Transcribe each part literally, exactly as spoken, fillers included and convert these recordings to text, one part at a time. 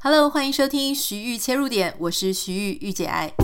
Hello， 欢迎收听徐玉切入点，我是徐玉玉姐爱。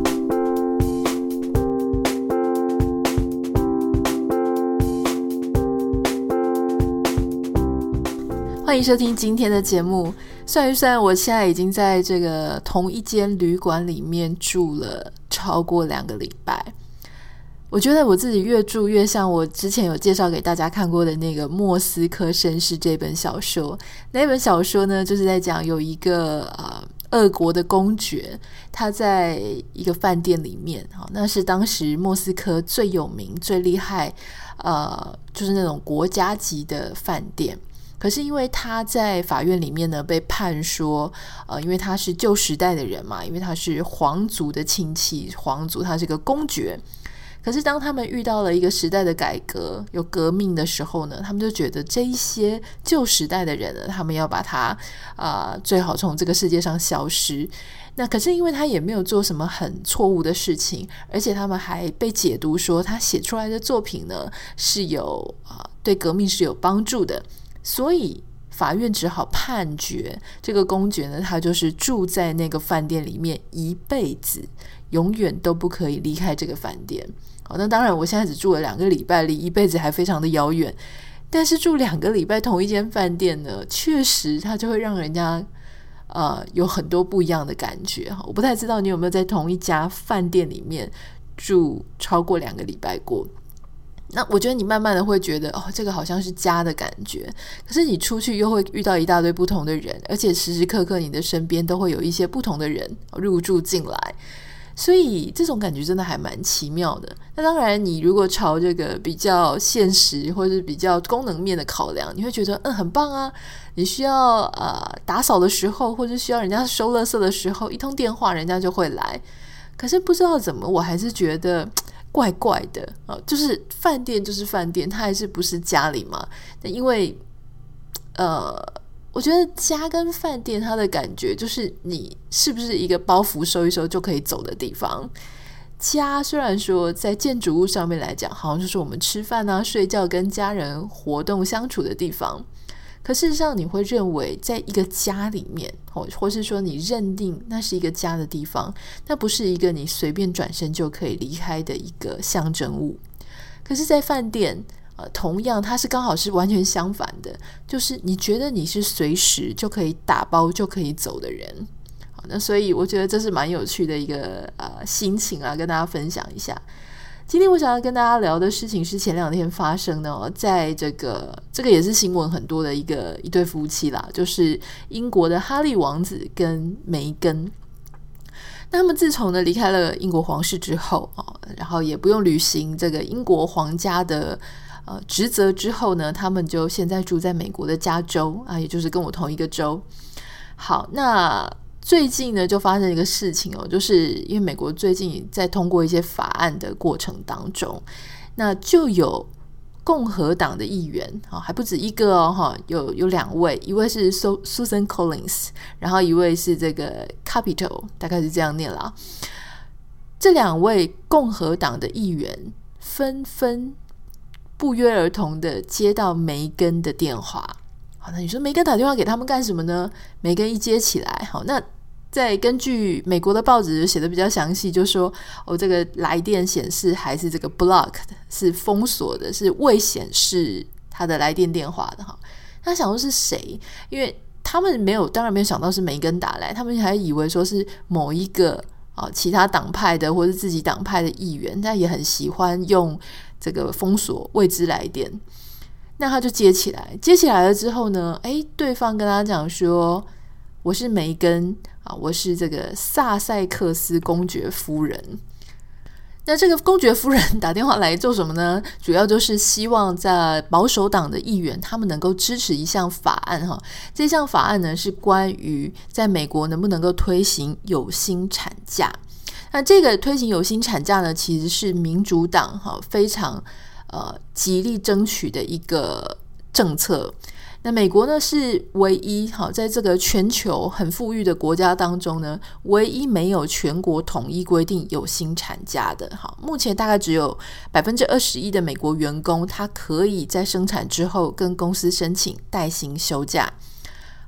欢迎收听今天的节目。算一算，我现在已经在这个同一间旅馆里面住了超过两个礼拜。我觉得我自己越住越像我之前有介绍给大家看过的那个《莫斯科绅士》这本小说。那本小说呢，就是在讲有一个呃俄国的公爵，他在一个饭店里面，那是当时莫斯科最有名、最厉害，呃，就是那种国家级的饭店。可是因为他在法院里面呢被判说，呃，因为他是旧时代的人嘛，因为他是皇族的亲戚，皇族他是个公爵。可是当他们遇到了一个时代的改革，有革命的时候呢，他们就觉得这一些旧时代的人呢，他们要把他呃最好从这个世界上消失。那可是因为他也没有做什么很错误的事情，而且他们还被解读说他写出来的作品呢是有呃对革命是有帮助的，所以法院只好判决这个公爵呢，他就是住在那个饭店里面一辈子，永远都不可以离开这个饭店。好，那当然我现在只住了两个礼拜，离一辈子还非常的遥远，但是住两个礼拜同一间饭店呢，确实它就会让人家呃有很多不一样的感觉。我不太知道你有没有在同一家饭店里面住超过两个礼拜过。那我觉得你慢慢的会觉得哦，这个好像是家的感觉，可是你出去又会遇到一大堆不同的人，而且时时刻刻你的身边都会有一些不同的人入住进来，所以这种感觉真的还蛮奇妙的。那当然你如果朝这个比较现实或是比较功能面的考量，你会觉得嗯很棒啊，你需要呃打扫的时候，或者需要人家收垃圾的时候，一通电话人家就会来。可是不知道怎么我还是觉得怪怪的、呃、就是饭店就是饭店，它还是不是家里嘛。因为呃，我觉得家跟饭店它的感觉就是你是不是一个包袱收一收就可以走的地方。家虽然说在建筑物上面来讲好像就是我们吃饭啊睡觉跟家人活动相处的地方，可事实上你会认为在一个家里面，或或是说你认定那是一个家的地方，那不是一个你随便转身就可以离开的一个象征物。可是在饭店、呃、同样它是刚好是完全相反的，就是你觉得你是随时就可以打包就可以走的人。好，那所以我觉得这是蛮有趣的一个、呃、心情啊，跟大家分享一下。今天我想要跟大家聊的事情是前两天发生的、哦、在这个这个也是新闻很多的一个一对夫妻啦，就是英国的哈利王子跟梅根。那他们自从呢离开了英国皇室之后、哦、然后也不用履行这个英国皇家的呃职责之后呢，他们就现在住在美国的加州啊，也就是跟我同一个州。好，那最近呢就发生一个事情哦，就是因为美国最近在通过一些法案的过程当中，那就有共和党的议员、哦、还不止一个哦，有有两位，一位是 Susan Collins， 然后一位是这个 Capito， 大概是这样念啦。这两位共和党的议员纷纷不约而同的接到梅根的电话。好，那你说梅根打电话给他们干什么呢？梅根一接起来，好，那再根据美国的报纸写的比较详细，就说哦，这个来电显示还是这个 blocked， 是封锁的，是未显示他的来电电话的哈。他想说是谁？因为他们没有，当然没有想到是梅根打来，他们还以为说是某一个、哦、其他党派的或是自己党派的议员，他也很喜欢用这个封锁未知来电。那他就接起来，接起来了之后呢，诶，对方跟他讲说，我是梅根啊，我是这个萨塞克斯公爵夫人。那这个公爵夫人打电话来做什么呢？主要就是希望在保守党的议员他们能够支持一项法案哈。这项法案呢是关于在美国能不能够推行有薪产假。那这个推行有薪产假呢，其实是民主党哈非常呃，极力争取的一个政策。那美国呢是唯一好在这个全球很富裕的国家当中呢，唯一没有全国统一规定有薪产假的。好，目前大概只有 百分之二十一 的美国员工他可以在生产之后跟公司申请带薪休假。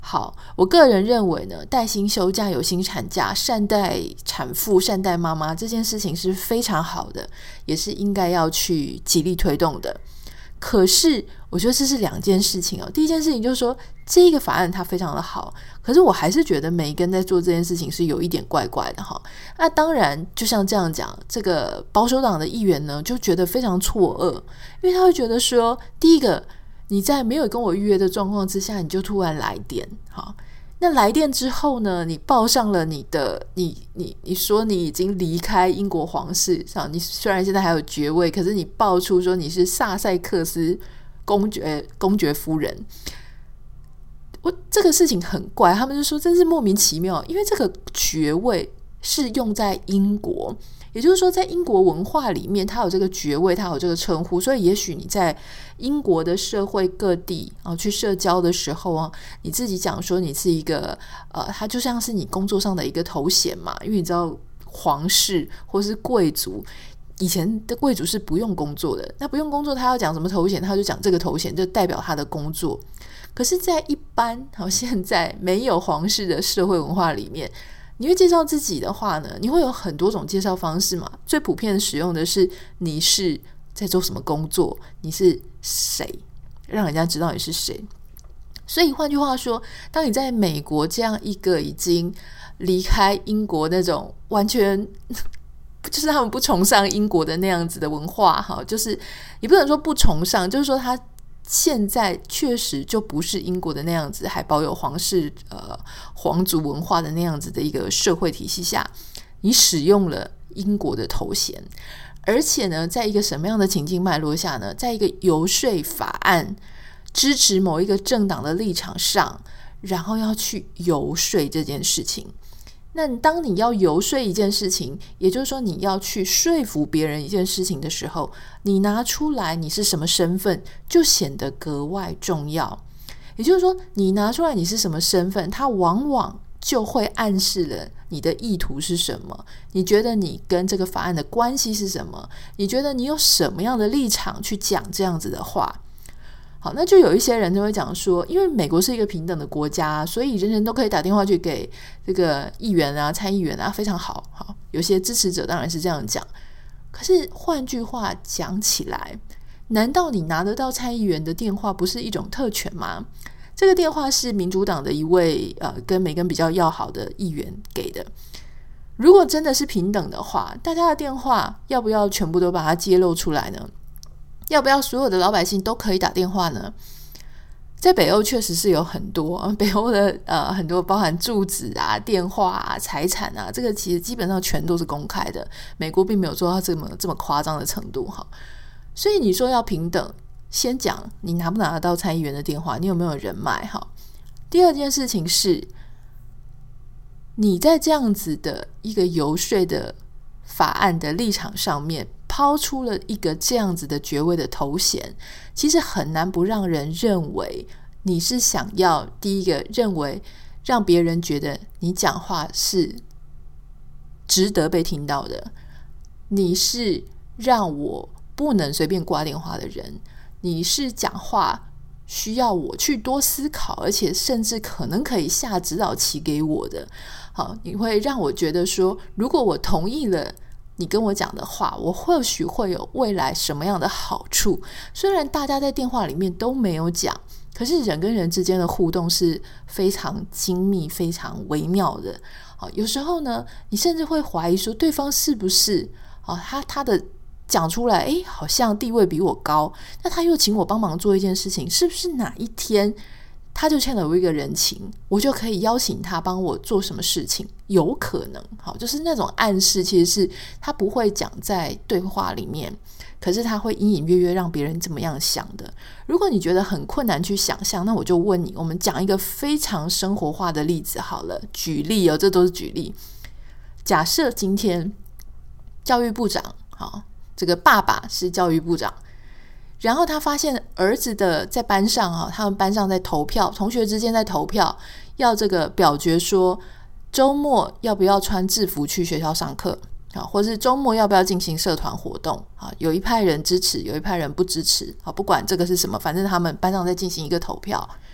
好，我个人认为呢，带薪休假、有薪产假、善待产妇、善待妈妈这件事情是非常好的，也是应该要去极力推动的。可是我觉得这是两件事情哦。第一件事情就是说，这个法案它非常的好，可是我还是觉得梅根在做这件事情是有一点怪怪的哈。那当然就像这样讲，这个保守党的议员呢就觉得非常错愕，因为他会觉得说，第一个，你在没有跟我预约的状况之下，你就突然来电，好，那来电之后呢，你报上了你的你你你说你已经离开英国皇室，你虽然现在还有爵位，可是你爆出说你是萨塞克斯公爵公爵夫人，我这个事情很怪，他们就说真是莫名其妙，因为这个爵位是用在英国，也就是说在英国文化里面它有这个爵位，它有这个称呼，所以也许你在英国的社会各地、啊、去社交的时候啊，你自己讲说你是一个呃，它就像是你工作上的一个头衔嘛，因为你知道皇室或是贵族，以前的贵族是不用工作的，那不用工作他要讲什么头衔，他就讲这个头衔就代表他的工作。可是在一般好现在没有皇室的社会文化里面，你会介绍自己的话呢，你会有很多种介绍方式嘛，最普遍使用的是你是在做什么工作，你是谁，让人家知道你是谁。所以换句话说，当你在美国这样一个已经离开英国那种完全就是他们不崇尚英国的那样子的文化，就是也不能说不崇尚，就是说他现在确实就不是英国的那样子，还保有皇室呃皇族文化的那样子的一个社会体系下，你使用了英国的头衔，而且呢，在一个什么样的情境脉络下呢，在一个游说法案支持某一个政党的立场上，然后要去游说这件事情。那当你要游说一件事情，也就是说你要去说服别人一件事情的时候，你拿出来你是什么身份就显得格外重要。也就是说你拿出来你是什么身份，它往往就会暗示了你的意图是什么，你觉得你跟这个法案的关系是什么，你觉得你有什么样的立场去讲这样子的话。好，那就有一些人就会讲说，因为美国是一个平等的国家，所以人人都可以打电话去给这个议员啊、参议员啊，非常好。好，有些支持者当然是这样讲。可是换句话讲起来，难道你拿得到参议员的电话不是一种特权吗？这个电话是民主党的一位呃跟梅根比较要好的议员给的。如果真的是平等的话，大家的电话要不要全部都把它揭露出来呢？要不要所有的老百姓都可以打电话呢？在北欧确实是有很多北欧的呃很多包含住址啊、电话啊、财产啊，这个其实基本上全都是公开的。美国并没有做到这么这么夸张的程度哈。所以你说要平等，先讲你拿不拿得到参议员的电话，你有没有人脉哈。第二件事情是，你在这样子的一个游说的法案的立场上面抛出了一个这样子的爵位的头衔，其实很难不让人认为你是想要第一个认为让别人觉得你讲话是值得被听到的，你是让我不能随便挂电话的人，你是讲话需要我去多思考，而且甚至可能可以下指导棋给我的。好，你会让我觉得说，如果我同意了你跟我讲的话，我或许会有未来什么样的好处。虽然大家在电话里面都没有讲，可是人跟人之间的互动是非常精密、非常微妙的。好，有时候呢，你甚至会怀疑说，对方是不是好，他他的讲出来，诶，好像地位比我高，那他又请我帮忙做一件事情，是不是哪一天他就欠了我一个人情，我就可以邀请他帮我做什么事情？有可能，好，就是那种暗示，其实是他不会讲在对话里面，可是他会隐隐约约让别人怎么样想的。如果你觉得很困难去想象，那我就问你，我们讲一个非常生活化的例子好了，举例哦，这都是举例。假设今天教育部长，好，这个爸爸是教育部长，然后他发现儿子的在班上啊，他们班上在投票，同学之间在投票，要这个表决说周末要不要穿制服去学校上课，或是周末要不要进行社团活动。有一派人支持，有一派人不支持，不管这个是什么，反正他们班上在进行一个投票。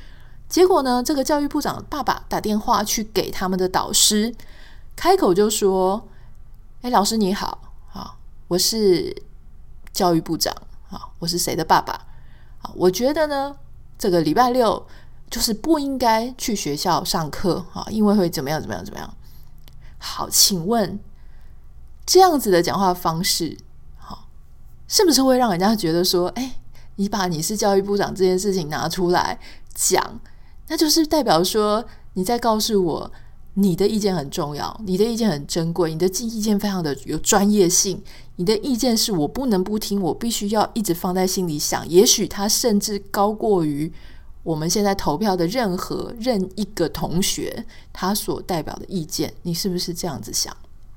结果呢，这个教育部长爸爸打电话去给他们的导师，开口就说：哎，老师你好，我是教育部长，我是谁的爸爸，我觉得呢这个礼拜六就是不应该去学校上课，因为会怎么样怎么样怎么样。好，请问这样子的讲话方式是不是会让人家觉得说，哎，你把你是教育部长这件事情拿出来讲，那就是代表说你在告诉我你的意见很重要，你的意见很珍贵，你的意见非常的有专业性，你的意见是我不能不听，我必须要一直放在心里想，也许它甚至高过于我们现在投票的任何任一个同学他所代表的意见，你是不是这样子想？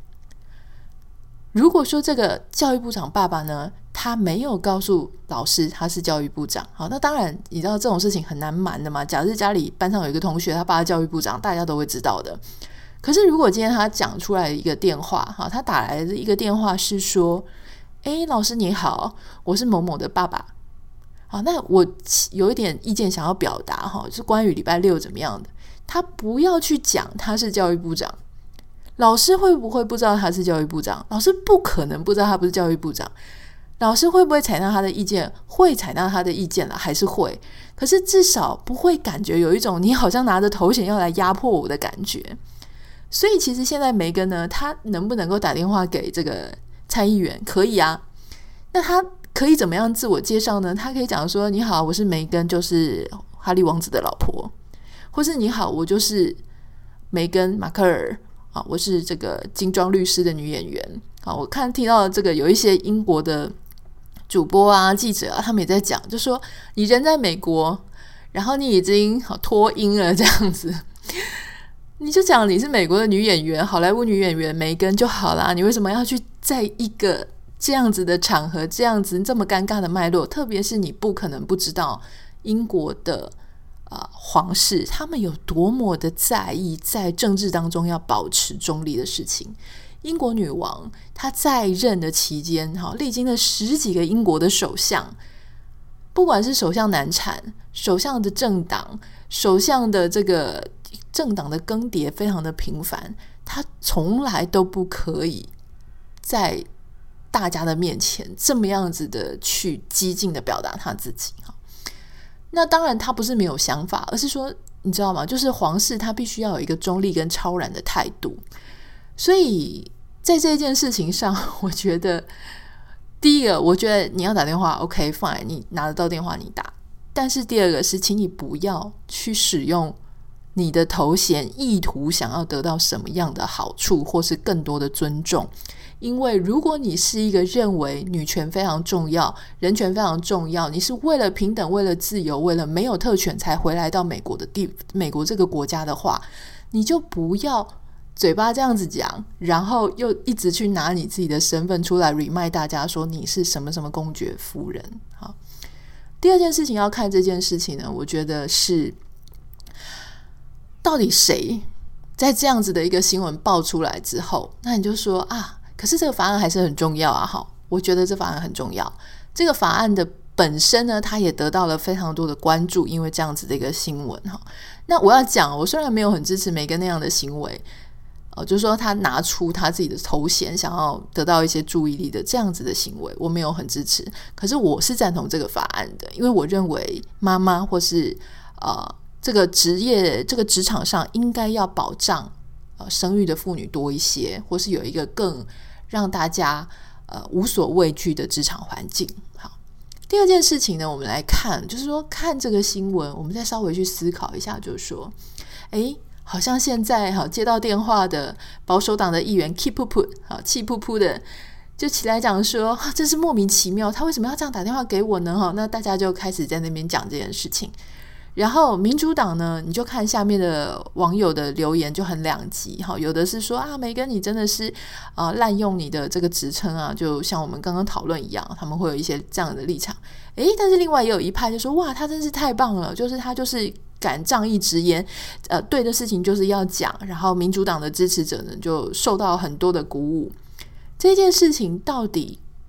如果说这个教育部长爸爸呢，他没有告诉老师他是教育部长，好，那当然你知道这种事情很难瞒的嘛，假设家里班上有一个同学他爸是教育部长，大家都会知道的。可是如果今天他讲出来一个电话，他打来的一个电话是说，诶，老师你好，我是某某的爸爸，好，那我有一点意见想要表达，就是关于礼拜六怎么样的，他不要去讲他是教育部长。老师会不会不知道他是教育部长？老师不可能不知道他不是教育部长。老师会不会采纳他的意见？会采纳他的意见啦，还是会，可是至少不会感觉有一种你好像拿着头衔要来压迫我的感觉。所以其实现在梅根呢，他能不能够打电话给这个参议员？可以啊。那他可以怎么样自我介绍呢？他可以讲说，你好，我是梅根，就是哈利王子的老婆，或是你好，我就是梅根马克尔，我是这个精装律师的女演员。我看听到这个有一些英国的主播啊记者啊，他们也在讲，就说你人在美国，然后你已经脱音了这样子，你就讲你是美国的女演员，好莱坞女演员梅根就好啦，你为什么要去在一个这样子的场合，这样子这么尴尬的脉络，特别是你不可能不知道英国的呃，皇室他们有多么的在意在政治当中要保持中立的事情。英国女王她在任的期间历经了十几个英国的首相，不管是首相难产，首相的政党，首相的这个政党的更迭非常的频繁，她从来都不可以在大家的面前这么样子的去激进的表达她自己。那当然他不是没有想法，而是说你知道吗，就是皇室他必须要有一个中立跟超然的态度。所以在这件事情上，我觉得第一个，我觉得你要打电话 OK fine， 你拿得到电话你打，但是第二个是请你不要去使用你的头衔意图想要得到什么样的好处或是更多的尊重。因为如果你是一个认为女权非常重要，人权非常重要，你是为了平等，为了自由，为了没有特权才回来到美国的地美国这个国家的话，你就不要嘴巴这样子讲，然后又一直去拿你自己的身份出来 remind 大家说你是什么什么公爵夫人。好，第二件事情要看这件事情呢，我觉得是到底谁在这样子的一个新闻爆出来之后，那你就说啊，可是这个法案还是很重要啊。好，我觉得这法案很重要，这个法案的本身呢，它也得到了非常多的关注，因为这样子的一个新闻。那我要讲，我虽然没有很支持梅根那样的行为，呃，就是说他拿出他自己的头衔想要得到一些注意力的这样子的行为，我没有很支持，可是我是赞同这个法案的，因为我认为妈妈或是呃这个职业这个职场上应该要保障呃生育的妇女多一些，或是有一个更让大家呃无所畏惧的职场环境。好，第二件事情呢，我们来看，就是说看这个新闻，我们再稍微去思考一下，就是说，诶，好像现在好接到电话的保守党的议员气噗噗，好气噗噗的就起来讲说，真是莫名其妙，他为什么要这样打电话给我呢？那大家就开始在那边讲这件事情。然后民主党呢，你就看下面的网友的留言就很两极，有的是说啊，梅根你真的是、呃、滥用你的这个职称啊，就像我们刚刚讨论一样，他们会有一些这样的立场。诶，但是另外也有一派就说，哇，他真是太棒了，就是他就是敢仗义直言，呃，对的事情就是要讲，然后民主党的支持者呢就受到很多的鼓舞。这件事情到底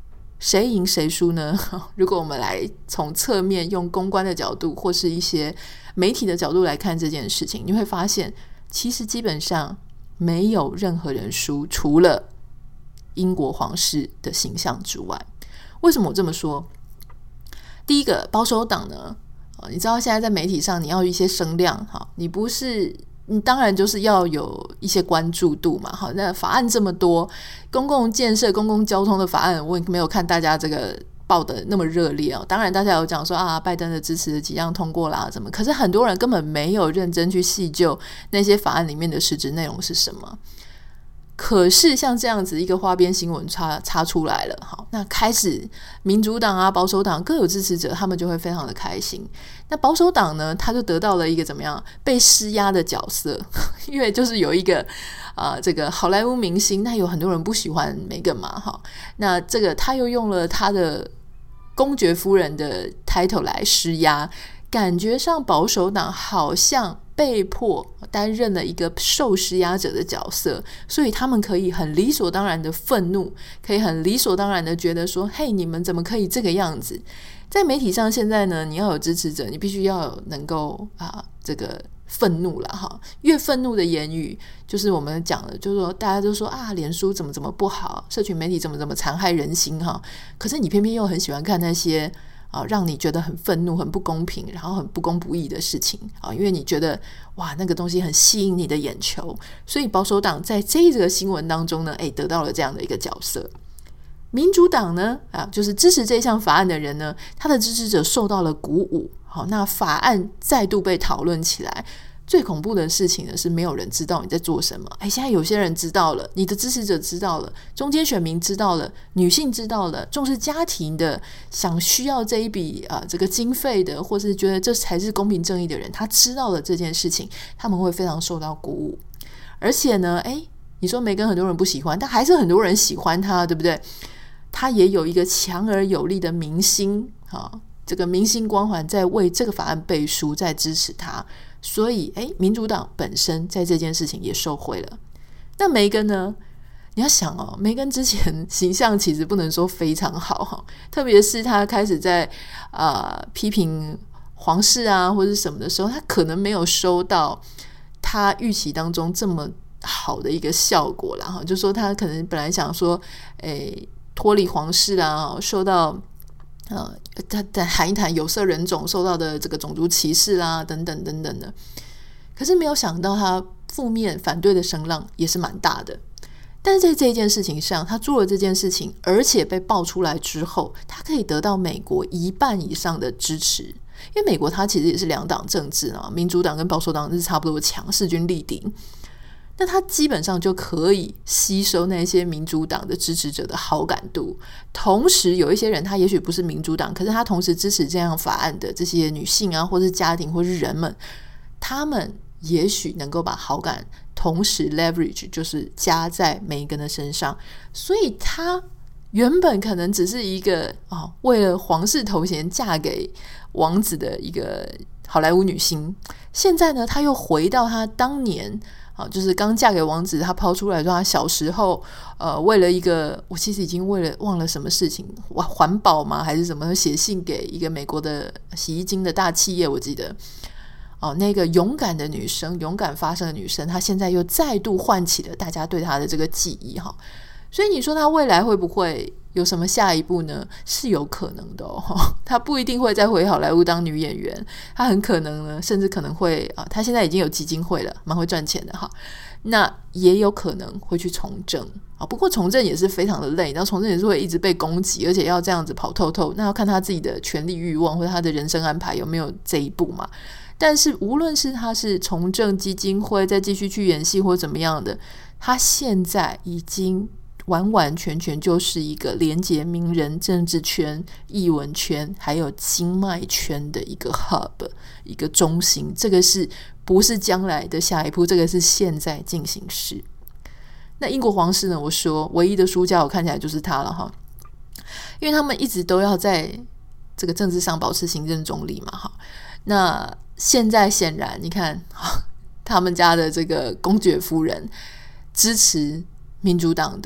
谁赢谁输呢？如果我们来从侧面用公关的角度或是一些媒体的角度来看这件事情，你会发现其实基本上没有任何人输，除了英国皇室的形象之外。为什么我这么说？第一个，保守党呢，你知道现在在媒体上你要有一些声量，你不是你当然就是要有一些关注度嘛。好，那法案这么多，公共建设、公共交通的法案，我也没有看大家这个报的那么热烈哦。当然，大家有讲说啊，拜登的支持几样通过啦，怎么？可是很多人根本没有认真去细究那些法案里面的实质内容是什么。可是像这样子一个花边新闻插插出来了，好，那开始民主党啊、保守党各有支持者，他们就会非常的开心。那保守党呢，他就得到了一个怎么样被施压的角色，因为就是有一个呃这个好莱坞明星，那有很多人不喜欢梅根嘛，哈，那这个他又用了他的公爵夫人的 title 来施压，感觉上保守党好像被迫担任了一个受施压者的角色，所以他们可以很理所当然的愤怒，可以很理所当然的觉得说，嘿，你们怎么可以这个样子？在媒体上现在呢，你要有支持者，你必须要能够啊这个愤怒了哈，越愤怒的言语，就是我们讲的，就是说大家都说啊，脸书怎么怎么不好，社群媒体怎么怎么残害人心哈，可是你偏偏又很喜欢看那些啊，让你觉得很愤怒、很不公平，然后很不公不义的事情啊，因为你觉得哇，那个东西很吸引你的眼球，所以保守党在这个新闻当中呢，哎，得到了这样的一个角色。民主党呢，啊，就是支持这项法案的人呢，他的支持者受到了鼓舞，好，那法案再度被讨论起来。最恐怖的事情呢，是没有人知道你在做什么。哎，现在有些人知道了，你的支持者知道了，中间选民知道了，女性知道了，重视家庭的，想需要这一笔啊、呃、这个经费的，或是觉得这才是公平正义的人，他知道了这件事情，他们会非常受到鼓舞。而且呢，哎，你说梅根很多人不喜欢，但还是很多人喜欢他，对不对？他也有一个强而有力的明星啊，这个明星光环在为这个法案背书，在支持他。所以诶民主党本身在这件事情也受惠了。那梅根呢，你要想哦，梅根之前形象其实不能说非常好，特别是他开始在呃批评皇室啊或者什么的时候，他可能没有收到他预期当中这么好的一个效果啦，就说他可能本来想说诶脱离皇室啊，受到呃，他谈一谈有色人种受到的这个种族歧视啦，等等等等的。可是没有想到他负面反对的声浪也是蛮大的。但是在这件事情上，他做了这件事情，而且被爆出来之后，他可以得到美国一半以上的支持。因为美国它其实也是两党政治啊，民主党跟保守党是差不多强，势均力敌。那他基本上就可以吸收那些民主党的支持者的好感度，同时有一些人他也许不是民主党，可是他同时支持这样法案的这些女性啊，或是家庭或是人们，他们也许能够把好感同时 leverage 就是加在梅根的身上，所以他原本可能只是一个、哦、为了皇室头衔嫁给王子的一个好莱坞女星，现在呢他又回到他当年啊，就是刚嫁给王子，他抛出来说他小时候，呃，为了一个，我其实已经为了忘了什么事情，环保吗还是什么，写信给一个美国的洗衣精的大企业，我记得，哦，那个勇敢的女生，勇敢发声的女生，她现在又再度唤起了大家对她的这个记忆哈。所以你说她未来会不会有什么下一步呢？是有可能的哦，她不一定会再回好莱坞当女演员，她很可能呢，甚至可能会啊，她现在已经有基金会了，蛮会赚钱的哈。那也有可能会去从政啊，不过从政也是非常的累，然后从政也是会一直被攻击，而且要这样子跑透透，那要看她自己的权力欲望或者她的人生安排有没有这一步嘛。但是无论是她是从政基金会再继续去演戏或怎么样的，她现在已经完完全全就是一个连结名人、政治圈、艺文圈还有经脉圈的一个 hub， 一个中心。这个是不是将来的下一步？这个是现在进行时。那英国皇室呢？我说唯一的输家，我看起来就是他了哈，因为他们一直都要在这个政治上保持行政中立嘛哈。那现在显然，你看他们家的这个公爵夫人支持民主党的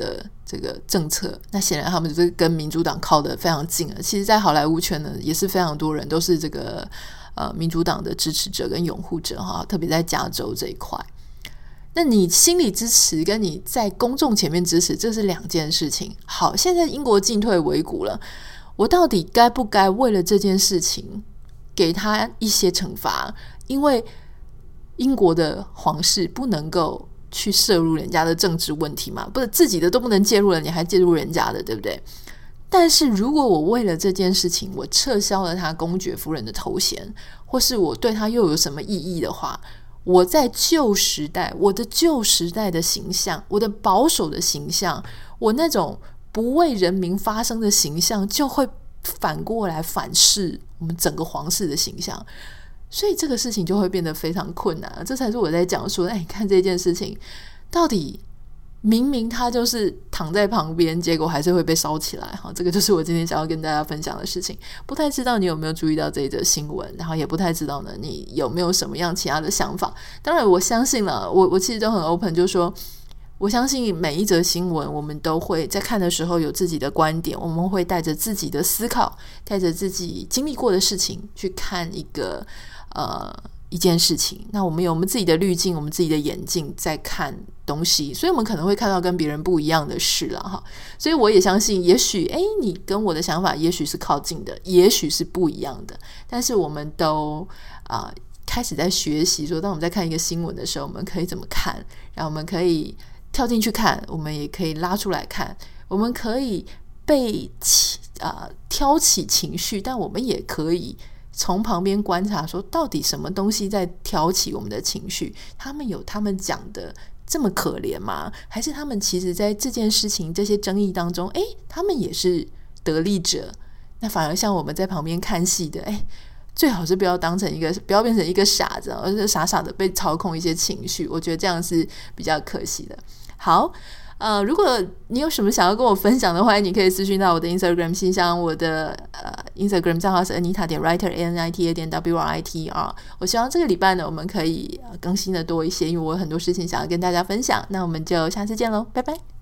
这个政策，那显然他们就是跟民主党靠得非常近了。其实在好莱坞圈呢，也是非常多人都是这个呃民主党的支持者跟拥护者哈，特别在加州这一块。那你心理支持跟你在公众前面支持，这是两件事情。好，现在英国进退维谷了，我到底该不该为了这件事情给他一些惩罚？因为英国的皇室不能够去涉入人家的政治问题嘛，不是自己的都不能介入了，你还介入人家的，对不对？但是如果我为了这件事情，我撤销了他公爵夫人的头衔，或是我对他又有什么意义的话，我在旧时代，我的旧时代的形象，我的保守的形象，我那种不为人民发声的形象，就会反过来反噬我们整个皇室的形象。所以这个事情就会变得非常困难，这才是我在讲说，哎，看这件事情到底明明他就是躺在旁边，结果还是会被烧起来哈。这个就是我今天想要跟大家分享的事情。不太知道你有没有注意到这一则新闻，然后也不太知道呢你有没有什么样其他的想法。当然我相信了，我我其实都很 open， 就是说我相信每一则新闻我们都会在看的时候有自己的观点，我们会带着自己的思考，带着自己经历过的事情去看一个呃一件事情。那我们有我们自己的滤镜，我们自己的眼镜在看东西，所以我们可能会看到跟别人不一样的事啦哈。所以我也相信，也许诶你跟我的想法也许是靠近的，也许是不一样的，但是我们都啊、呃、开始在学习说，当我们在看一个新闻的时候，我们可以怎么看，然后我们可以跳进去看，我们也可以拉出来看，我们可以被起、呃、挑起情绪，但我们也可以从旁边观察说到底什么东西在挑起我们的情绪，他们有他们讲的这么可怜吗？还是他们其实在这件事情这些争议当中，诶他们也是得利者？那反而像我们在旁边看戏的，诶最好是不要当成一个不要变成一个傻子，而是傻傻的被操控一些情绪，我觉得这样是比较可惜的。好，呃，如果你有什么想要跟我分享的话，你可以私讯到我的 Instagram 信箱，我的呃 Instagram 账号是 Anita 点 Writer A N I T A 点 W R I T R。我希望这个礼拜呢，我们可以更新的多一些，因为我有很多事情想要跟大家分享。那我们就下次见喽，拜拜。